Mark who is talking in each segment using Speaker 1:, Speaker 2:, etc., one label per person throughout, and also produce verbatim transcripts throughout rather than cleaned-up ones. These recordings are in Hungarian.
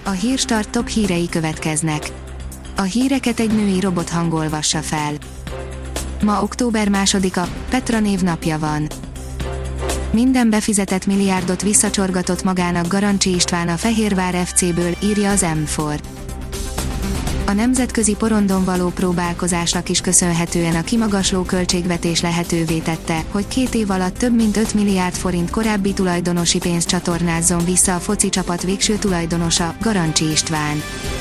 Speaker 1: A Hírstart top hírei következnek. A híreket egy női robothang olvassa fel. Ma október másodika, Petra névnapja van. Minden befizetett milliárdot visszacsorgatott magának Garancsi István a Fehérvár ef cé-ből, írja az em négy. A nemzetközi porondon való próbálkozásnak is köszönhetően a kimagasló költségvetés lehetővé tette, hogy két év alatt több mint öt milliárd forint korábbi tulajdonosi pénzt csatornázzon vissza a foci csapat végső tulajdonosa, Garancsi István.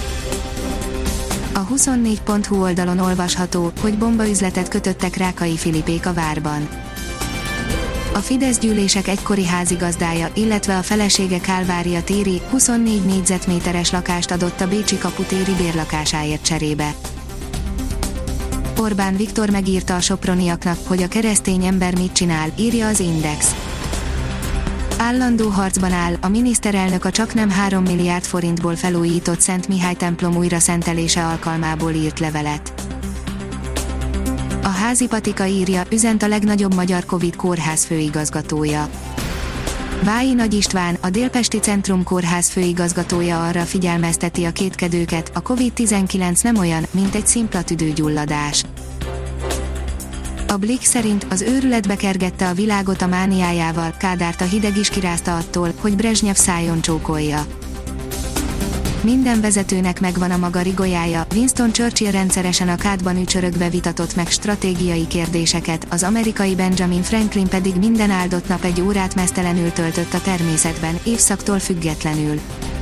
Speaker 1: A huszonnégy pont hu oldalon olvasható, hogy bombaüzletet kötöttek Rákai Filipék a várban. A Fidesz gyűlések egykori házigazdája, illetve a felesége Kálvária téri, huszonnégy négyzetméteres lakást adott a Bécsi kaputéri bérlakásáért cserébe. Orbán Viktor megírta a soproniaknak, hogy a keresztény ember mit csinál, írja az Index. Állandó harcban áll, a miniszterelnök a csaknem három milliárd forintból felújított Szent Mihály templom újraszentelése alkalmából írt levelet. A Házi Patika írja, üzent a legnagyobb magyar Covid kórház főigazgatója. Vályi Nagy István, a Délpesti Centrum Kórház főigazgatója arra figyelmezteti a kétkedőket, a kovid tizenkilenc nem olyan, mint egy szimpla tüdőgyulladás. A Blick szerint az őrület bekergette a világot a mániájával, Kádárt a hideg is kirázta attól, hogy Brezsnyev szájon csókolja. Minden vezetőnek megvan a maga rigójája, Winston Churchill rendszeresen a kádban ücsörögve vitatott meg stratégiai kérdéseket, az amerikai Benjamin Franklin pedig minden áldott nap egy órát meztelenül töltött a természetben, évszaktól függetlenül.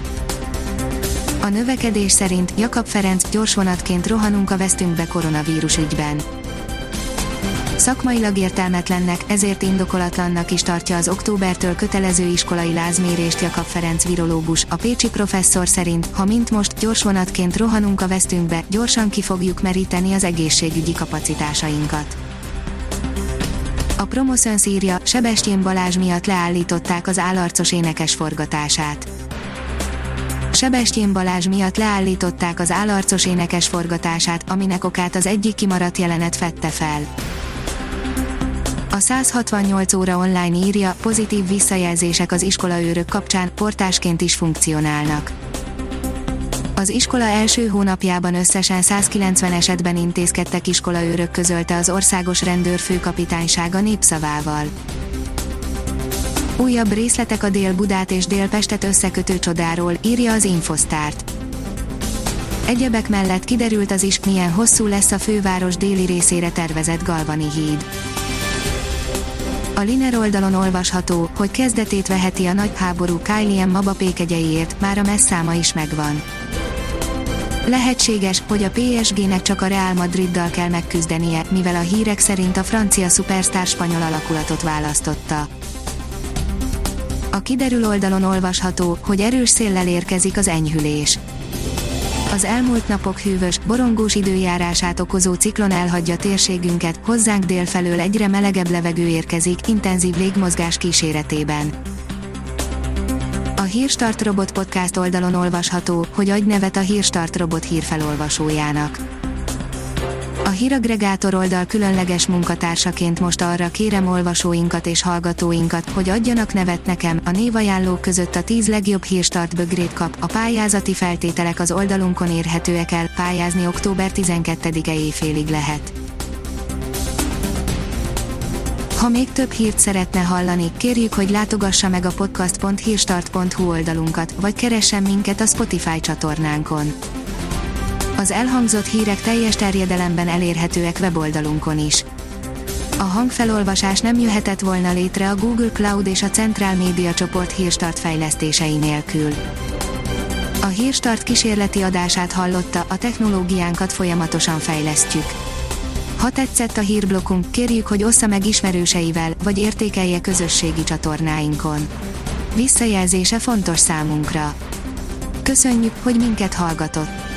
Speaker 1: A növekedés szerint Jakab Ferenc, gyorsvonatként rohanunk a vesztünkbe koronavírus ügyben. Szakmailag értelmetlennek, ezért indokolatlannak is tartja az októbertől kötelező iskolai lázmérést Jakab Ferenc virológus. A pécsi professzor szerint, ha mint most, gyorsvonatként rohanunk a vesztünkbe, gyorsan ki fogjuk meríteni az egészségügyi kapacitásainkat. A Promoszöns írja, Sebestyén Balázs miatt leállították az Álarcos énekes forgatását. Sebestyén Balázs miatt leállították az Álarcos énekes forgatását, aminek okát az egyik kimaradt jelenet fedte fel. A száz hatvannyolc óra online írja, pozitív visszajelzések az iskolaőrök kapcsán, portásként is funkcionálnak. Az iskola első hónapjában összesen százkilencven esetben intézkedtek iskolaőrök, közölte az Országos Rendőrfőkapitányság a Népszavával. Újabb részletek a Dél-Budát és Dél-Pestet összekötő csodáról, írja az Infosztárt. Egyebek mellett kiderült az is, milyen hosszú lesz a főváros déli részére tervezett Galvani híd. A Liner oldalon olvasható, hogy kezdetét veheti a nagy háború Kylian Mbappé kegyeiért, már a messzáma is megvan. Lehetséges, hogy a pé es gének csak a Real Madriddal kell megküzdenie, mivel a hírek szerint a francia szupersztár spanyol alakulatot választotta. A Kiderül oldalon olvasható, hogy erős széllel érkezik az enyhülés. Az elmúlt napok hűvös, borongós időjárását okozó ciklon elhagyja térségünket, hozzánk délfelől egyre melegebb levegő érkezik, intenzív légmozgás kíséretében. A Hírstart Robot Podcast oldalon olvasható, hogy adj nevet a Hírstart Robot hírfelolvasójának. A híraggregátor oldal különleges munkatársaként most arra kérem olvasóinkat és hallgatóinkat, hogy adjanak nevet nekem, a névajánlók között a tíz legjobb Hírstart bögrét kap, a pályázati feltételek az oldalunkon érhetőek el, pályázni október tizenkettedike éjfélig lehet. Ha még több hírt szeretne hallani, kérjük, hogy látogassa meg a podcast pont hírstart pont hu oldalunkat, vagy keressen minket a Spotify csatornánkon. Az elhangzott hírek teljes terjedelemben elérhetőek weboldalunkon is. A hangfelolvasás nem jöhetett volna létre a Google Cloud és a Centrál Média csoport Hírstart fejlesztései nélkül. A Hírstart kísérleti adását hallotta, a technológiánkat folyamatosan fejlesztjük. Ha tetszett a hírblokkunk, kérjük, hogy ossza meg ismerőseivel, vagy értékelje közösségi csatornáinkon. Visszajelzése fontos számunkra. Köszönjük, hogy minket hallgatott!